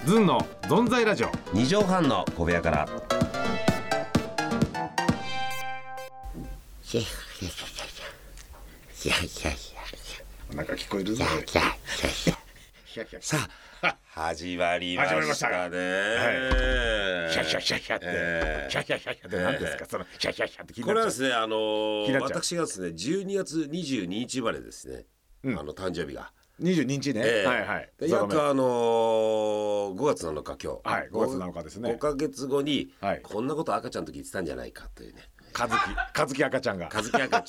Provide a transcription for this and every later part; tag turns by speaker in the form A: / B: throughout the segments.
A: ズンのぞんざいラジオ。
B: 2畳半の小部屋から。
A: なんか聞こえるぞ。
B: さあ始まりましたね。
A: ヒャヒャヒャヒャって、ヒャヒャヒャヒャって何ですか、そのヒャヒャヒャって気になっちゃう。
B: これはですね、
A: 気になっちゃう。
B: 私がですね12月22日生まれですね、誕生日が
A: 22日ね、はいはい。
B: で約5月7日今日、
A: はい、5月7日ですね。
B: 5ヶ月後に、
A: はい、
B: こんなこと赤ちゃんの時言ってたんじゃないかというね、
A: 和樹赤ちゃんが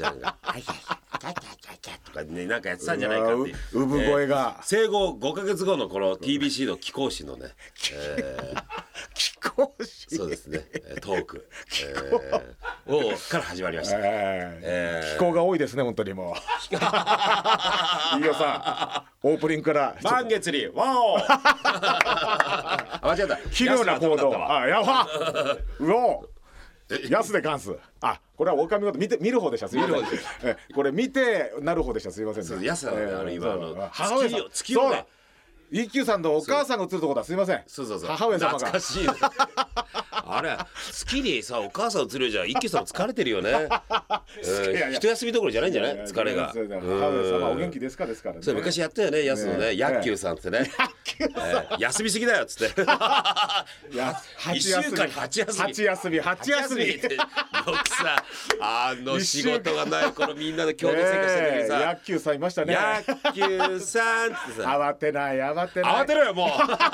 B: とかね、なんかやってたんじゃないかっていう
A: 産声が、
B: 生後5ヶ月後のこの TBC の貴公子のね、
A: 貴公子、
B: そうですね、トーク、から始まりました。
A: 気候が多いですね、本当にもう。飯尾さん、オープニングから
B: 満月にワオ間違えた、
A: 奇妙な行動、やばうおやすで関す。これは狼ごと見る方でした。すみません。これ見てなる方でした。すみません。
B: そう、やすなのね、今
A: 母親さん、
B: 月をね、
A: 一休さんのお母さんが映るとこだ。すみません。
B: そう
A: 母親様が。
B: 懐かしい。あれ月にさ、お母さん映るじゃん。一休さん疲れてるよね。一休みどころじゃないんじゃない？疲れが。
A: 母親様お元気ですかですからね。
B: そう、昔やったよね、やすのね、やっきゅうさんってね。休みすぎだよっつって。1週間に8休み。よくさ、仕事がない頃みんなで共同生活してる時にさ、
A: やっきゅうさんいましたね。
B: やっきゅうさんってさ、
A: 慌てない
B: 慌てろよもう。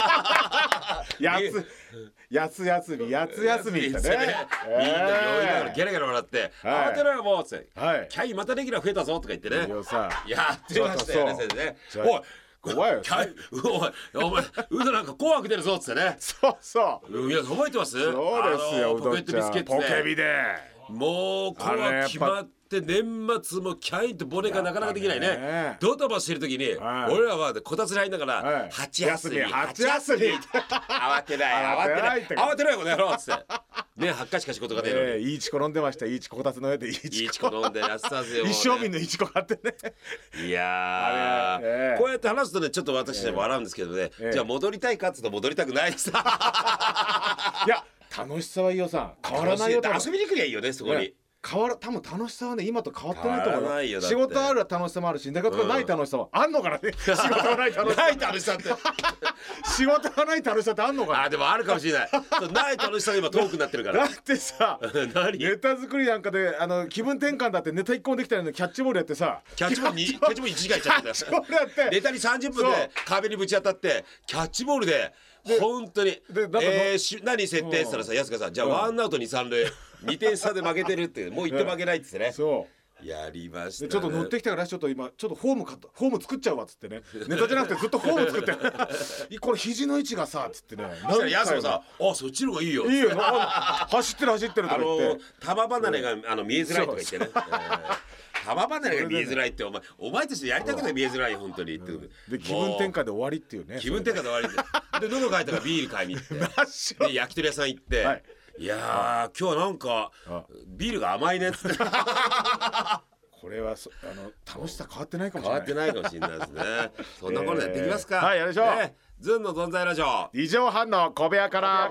A: やつ休みってね。
B: みんな酔いながらゲラゲラ笑って慌てろよもうっつって、キャイまたレギュラー増えたぞとか言ってね、やってましたよね。おい
A: 怖いよ、
B: お前うどなんか紅白出るぞっつってね。
A: そう
B: いや、覚えてます？
A: そうですよ、
B: ポケットビスケット
A: ポケビで
B: もう紅白決まって年末もキャインとボネがなかなかできないね。ドタバタしてる時に俺らはこたつに入りながら8休み慌てないこの野郎っつってね、8回しか仕事が出るのに
A: いいチコ飲んでました。いいチコ、こたつの上でいいチコ
B: 飲んでやってたんですよ。
A: 一生瓶のいいチコ買ってね。
B: いやー、こうやって話すとね、ちょっと私でも笑うんですけどね、じゃあ戻りたいかっつうと戻りたくないです。い
A: や、楽しさは飯尾さん変わらないよ。
B: 遊びに来りゃいいよね、そこに。
A: 多分楽しさはね、今と変わってないと思うよ。仕事ある楽しさもあるし、だからない楽しさはあんのかなね。仕事がない楽しさって仕事がない楽しさってあんのかな。
B: でもあるかもしれない。ない楽しさが今遠くなってるから。
A: だってさ、ネタ作りなんかで気分転換だってネタ1個もできたのにキャッチボールやってさ、
B: キャッチボール1時間やっちゃってた。ネタに30分で壁にぶち当たってキャッチボールで本当に何設定って言ったらさ、やすがさ、じゃあワンアウト2、3塁2点差で負けてるって、もう1点負けないっつってね。そうやりましたね。
A: ちょっと乗ってきたから、ちょっと今ちょっとフォーム作っちゃうわっつってね。ネタじゃなくてずっとフォーム作ってこれ肘の位置がさっつってね。
B: そしたらやすもさ、そっちの方がいいよ
A: 走ってるとか言って、
B: 球離れが見えづらいとか言ってね。球離れが見えづらいって、お前たちやりたくて見えづらい本当にって。
A: で気分転換で終わりっていうね。
B: 気分転換で終わりで喉乾いたからビール買いに行ってで焼き鳥屋さん行って、いや今日はなんかビールが甘いねっつって。
A: これは楽しさ変わってないかもしれない。
B: 変わってないかもしれないですね。そんなことやっていきますか。
A: はい、やりましょう。
B: ズンのぞんざいラジオ
A: 2畳半の小部屋から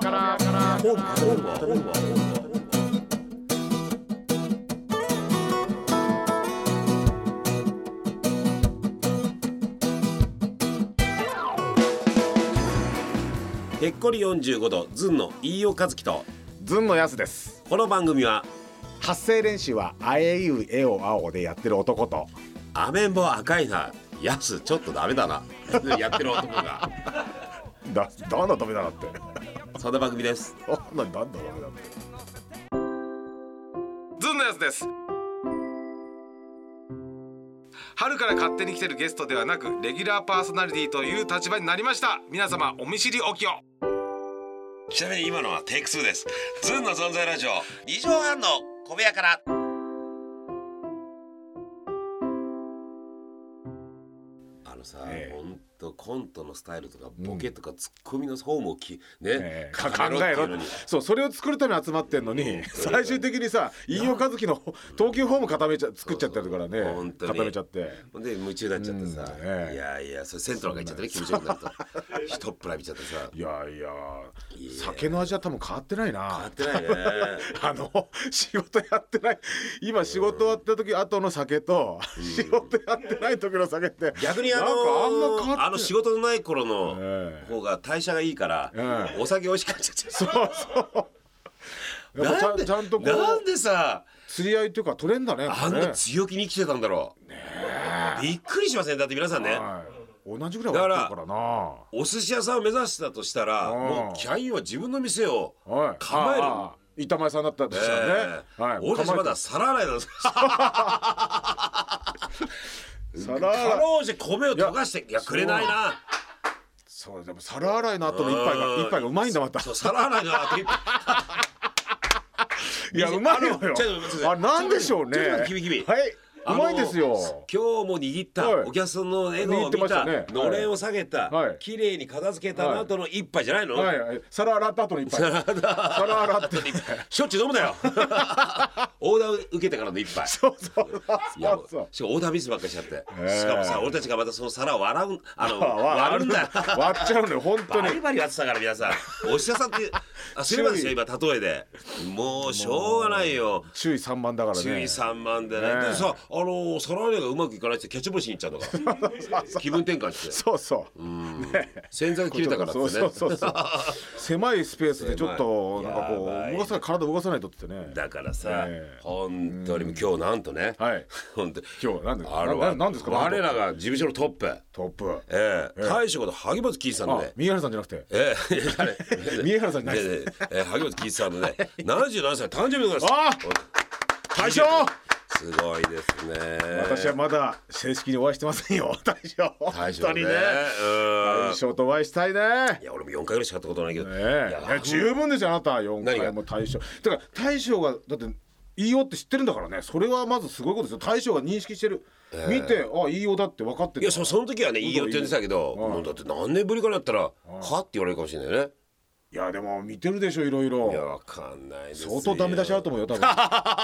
B: ぺっこり45度ズンの飯尾和樹と
A: ズンのやすです。
B: この番組は
A: 発声練習はあえいうえおあおでやってる男と、
B: アメンボ赤いなやすちょっとダメだなやってる男が
A: なんだダメだなって
B: そんな番組です。
A: なんだダメだって。ズンのやすです。春から勝手に来てるゲストではなくレギュラーパーソナリティという立場になりました。皆様お見知りおきを。
B: ちなみに今のはテイク2です。ズンの存在ラジオ2畳半の小部屋から。本コントのスタイルとかボケとかツッコミのフォームを考えろ。
A: そうそれを作るために集まってんのに、最終的にさ飯尾和樹の投球フォーム作っちゃってるからね。固めちゃって
B: で夢中になっちゃってさ、いやいやそれセントラがいっちゃってね、気持ちよくなるとひとっぷら見ちゃってさ、
A: いや酒の味は多分変わってないな。
B: 変わってないね
A: 仕事やってない今仕事終わった時後の酒と仕事やってない時の酒って
B: 逆にあの仕事のない頃の方が代謝がいいからお酒美味しくなっちゃって、
A: そうちゃんとこう
B: なんでさ
A: 釣り合いというか取れんだね。
B: あんな強気に生きてたんだろう。びっくりしません？だって皆さんね、
A: 同じぐらい笑ってるからな。
B: お寿司屋さんを目指したとしたらもうキャインは自分の店を構える。
A: 板前さんだったんですよね。
B: 俺たちまだ皿洗いなんですかろうじ米を溶かしてくれないな。
A: そうでも皿洗いの後の一杯がうまいんだまた。
B: そう皿洗いの後一杯
A: いやうまいのよ。あなんでしょうね。
B: 君
A: はいうまいですよ。
B: 今日も握ったお客さんの笑顔を見た、のれんを下げた、綺麗に片付けた後の一杯じゃないの？
A: 皿洗った後の一杯。皿洗って
B: しょっちゅう飲むなよオーダー受けてからの一杯。
A: そう
B: しかもオーダーミスばっかりしちゃって、しかもさ俺たちがまたその皿を割るんだよ
A: 割っちゃうのよ本当に。
B: バリバリ割ってたから皆さんお医者さんってすればですよ今例えでもうしょうがないよ。
A: 注意散漫だからね。
B: 注意散漫でね。でさ皿洗いがうまくいかないってキャッチボールしに行っちゃうのから気分転換して。
A: そう
B: 洗剤切れたからってね。
A: そう狭いスペースでちょっとなんかこう体動かさないとってね。
B: だからさ本当に今日なんとね本当
A: 今日何ですか。
B: 我らが事務所のトップ大将こと萩本欽一さんのね。
A: 宮原さんじゃなくて宮原さんじゃないです。
B: 萩本欽一さんのね77歳誕生日でございます。
A: 大将
B: すごいですね。
A: 私はまだ正式にお会いしてませんよ大将。
B: 大将ね。
A: 大将とお会いしたいね。
B: いや俺も4回ぐらいしか会ったことないけど。い
A: や十分ですよあなた4回も大将。だから大将がだっていいよって知ってるんだからね。それはまずすごいことですよ。大将が認識してる。見ていいよだって分かってる。
B: いやその時はねいいよって言ってたけど、もうだって何年ぶりかになったらはって言われるかもしれないね。
A: いやでも見てるでしょいろいろ。
B: いやわかんないですよ。
A: 相当ダメ出しあると思うよ多分。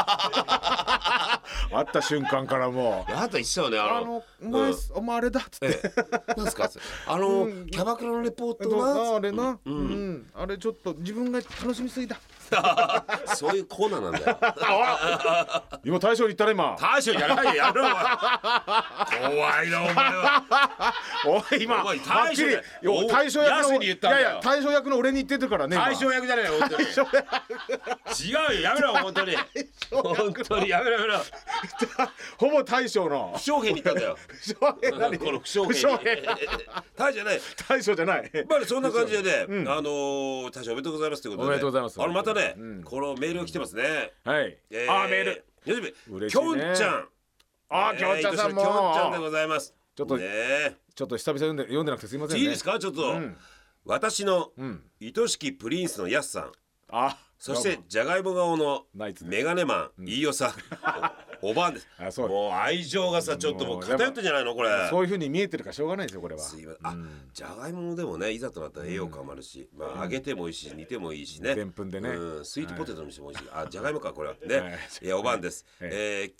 A: 会った瞬間からもう。
B: あと一緒ね
A: お前あれだっつって。
B: なんですかキャバクラのレポートな
A: あれな。あれちょっと自分が楽しみすぎだ。
B: そういうコーナーなんだよ。
A: 今大将に言ったね今。
B: 大将やらないでやるわ。怖いなお前は。
A: おい今はっきり大将役のいや大将役の俺に言ってるからね。
B: 大将役じゃないよ本当に。違うよやめろ本当に。本当にやめろ。
A: ほぼ大将の
B: 不祥兵に言ったんだよ。この不祥兵に。大将じゃない。
A: 大将じゃない。
B: まあそんな感じでね大将おめでとうございますということで。
A: おめでとうございます。
B: またねこのメールが来てますね。
A: はい。メール。
B: きょんちゃん。
A: きょんちゃんさんも。
B: きょんちゃんでございます。
A: ちょっと久々読んでなくてすいませんね。
B: いいですかちょっと私の愛しきプリンスのやすさん。そしてじゃがいも顔のメガネマン飯尾さん。おばんです。もう愛情がさちょっともう偏ってんじゃないのこれ。
A: そういう風に見えてるからしょうがないですよこれは。
B: じゃがいもでもねいざとなったら栄養価もあるし、揚げてもいいし煮てもいいしね。
A: でんぷんでね。
B: スイートポテトにしてもいいし、じゃがいもかこれはね。おばんです。前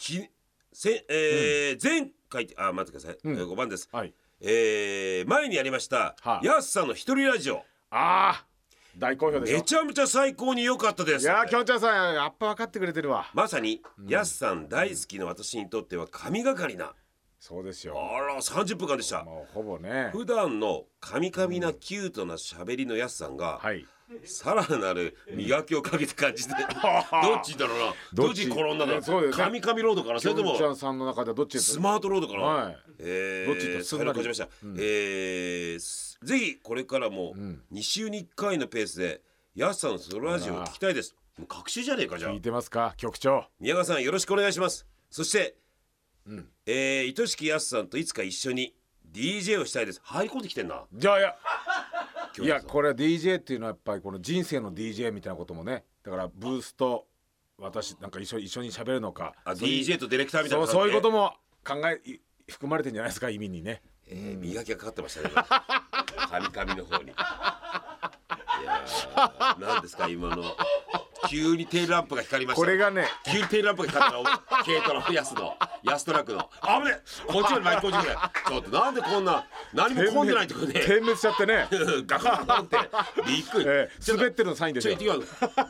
B: 回待ってください。5番です。前にやりましたやすさんの一人ラジオ。
A: 大好評でしょ。
B: めちゃめちゃ最高に良かったです。
A: いやきょんちゃんさんやっぱ分かってくれてるわ。
B: まさにやすさん大好きな私にとっては神がかりな。
A: そうですよ。
B: 30分間でした。
A: もうほぼね。
B: 普段の神々なキュートな喋りのやすさんがさらなる磨きをかけて感じて、どっちだろうな。どっち転んだの。神々ロードかな。それとも
A: きょんちゃんさんの中ではどっち
B: スマートロードかな。
A: どっちとすんなり
B: 感じました。ぜひこれからも2週に1回のペースでやすさんのソロラジオを聞きたいです。もう確信じゃねえかじゃあ。
A: 聞いてますか局長。
B: 宮川さんよろしくお願いします。そして愛しきやすさんといつか一緒に DJ をしたいです。入り込んできてんな。
A: じゃあいやこれは DJ っていうのはやっぱりこの人生の DJ みたいなこともね。だからブースと私なんか一緒に喋るのか。
B: DJ とディレクターみたいな。
A: そういうことも含まれてんじゃないですか意味にね。
B: 磨きがかかってましたね髪の方に。いや何ですか今の。急にテールランプが光りました。
A: これがね、
B: 急にテールランプが光ったの。軽トラの安トラックの。危ねえ。こっちまで巻き込んでくれ。ちょっとなんでこんな何も混んでないってことね。
A: 点滅しちゃってね。
B: ガカーンってびっくり。
A: 滑ってるのサインでしょ。
B: ちょっと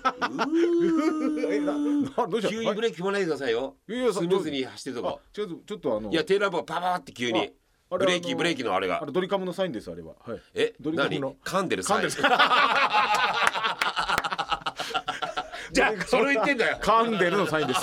B: 急にブレーキ踏まないでくださいよ。スムーズに走ってるとこ。
A: ちょっと
B: いやテールランプがパパーって急に。ブレーキのあれが。
A: ドリカムのサインですあれは。
B: 何？噛んでるサイン。じゃあそれ言ってんだよ。
A: 噛んでるのサインです。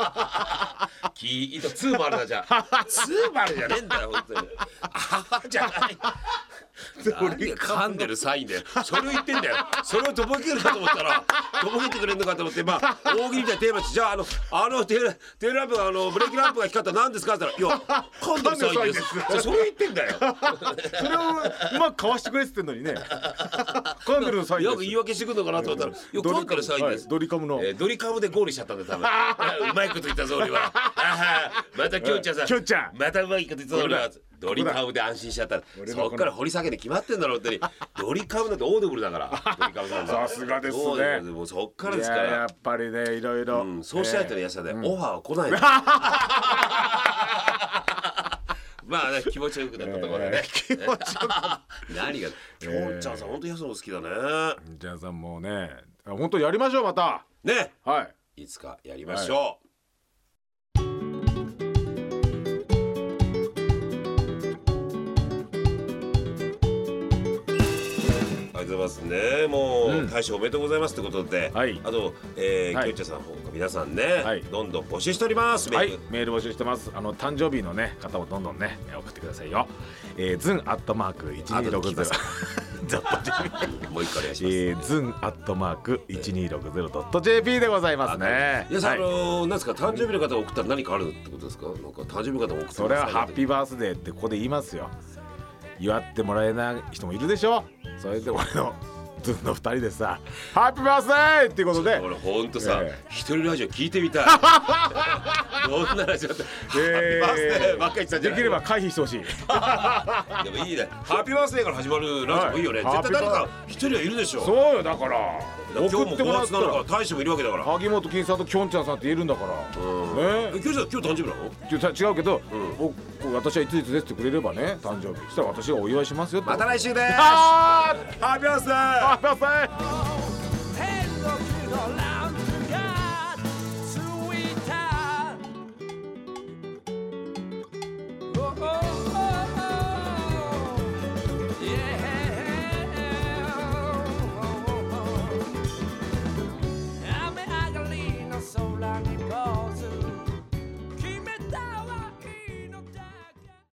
B: 2もあるなじゃあ。2もあるじゃねえんだよ本当に。じゃない。噛んでるサインでそれを言ってんだよ。それをとぼけるかと思ったらとぼけてくれるのかと思って、大喜利みたいなテーマで、じゃあテールランプがブレーキランプが光ったら何ですかって言ったら、いや噛んでるサインです。それを言ってんだよ。
A: それをうまくかわしてくれって言ってんのにね。噛んでるサインです。
B: よく言い訳してくるのかなと思ったら、噛んでるサインです。
A: ドリカムの
B: ドリカムでゴールしちゃったんだ多分。うまいこと言ったぞ俺は。またきょんちゃんさんまたうまいこと言ったぞ俺は。ドリカムで安心しちゃった。そっから掘り下げて決まってんだろうって。ドリカムなんてオードブルだから。ドリカムさん
A: さすがですね。
B: もうそっからですから。
A: やっぱりねいろいろ。
B: そうしないとね安田ねオファーは来ないの。まあね気持ちよくなったところでね。
A: 気持ちよく。
B: 何がきょんちゃんさん本当安野好きだね。
A: じゃあさんもうね本当やりましょうまた。
B: ね。
A: はい。
B: いつかやりましょう。ありがとうございますね。もう大将おめでとうございますってことで、あときょんちゃんさん皆さんねどんどん募集しております。
A: メール募集してます。誕生日のね方もどんどんね送ってくださいよ。ズン@1260
B: もう一回お願いします。
C: ズン@1260.jp でございますね。
B: いやさなんですか誕生日の方送ったら何かあるってことですか。なんか誕生日の方も送って
A: それはハッピーバースデーってここで言いますよ。祝ってもらえない人もいるでしょ。それで俺のズンの2人でさハッピーバースデーっていうことで
B: 俺ほんとさ一人ラジオ聞いてみたい。どんなラジオってハッピーバースデーばっかり言ってたんじゃない。
A: できれば回避してほしい。
B: でもいいね。ハッピーバースデーから始まるラジオもいいよね。絶対誰か一人はいるでしょ。
A: そうよだから
B: 今日も5月なのから大将もいるわけだから。
A: 萩本欽さんときょんちゃんさんって言えるんだから。
B: きょんちゃん今日誕生日なの。
A: 違うけど私はいついつですってくれればね誕生日したら私がお祝いしますよって。
B: また来週です。ハッピーバースデー。
A: ハッピーバースデー。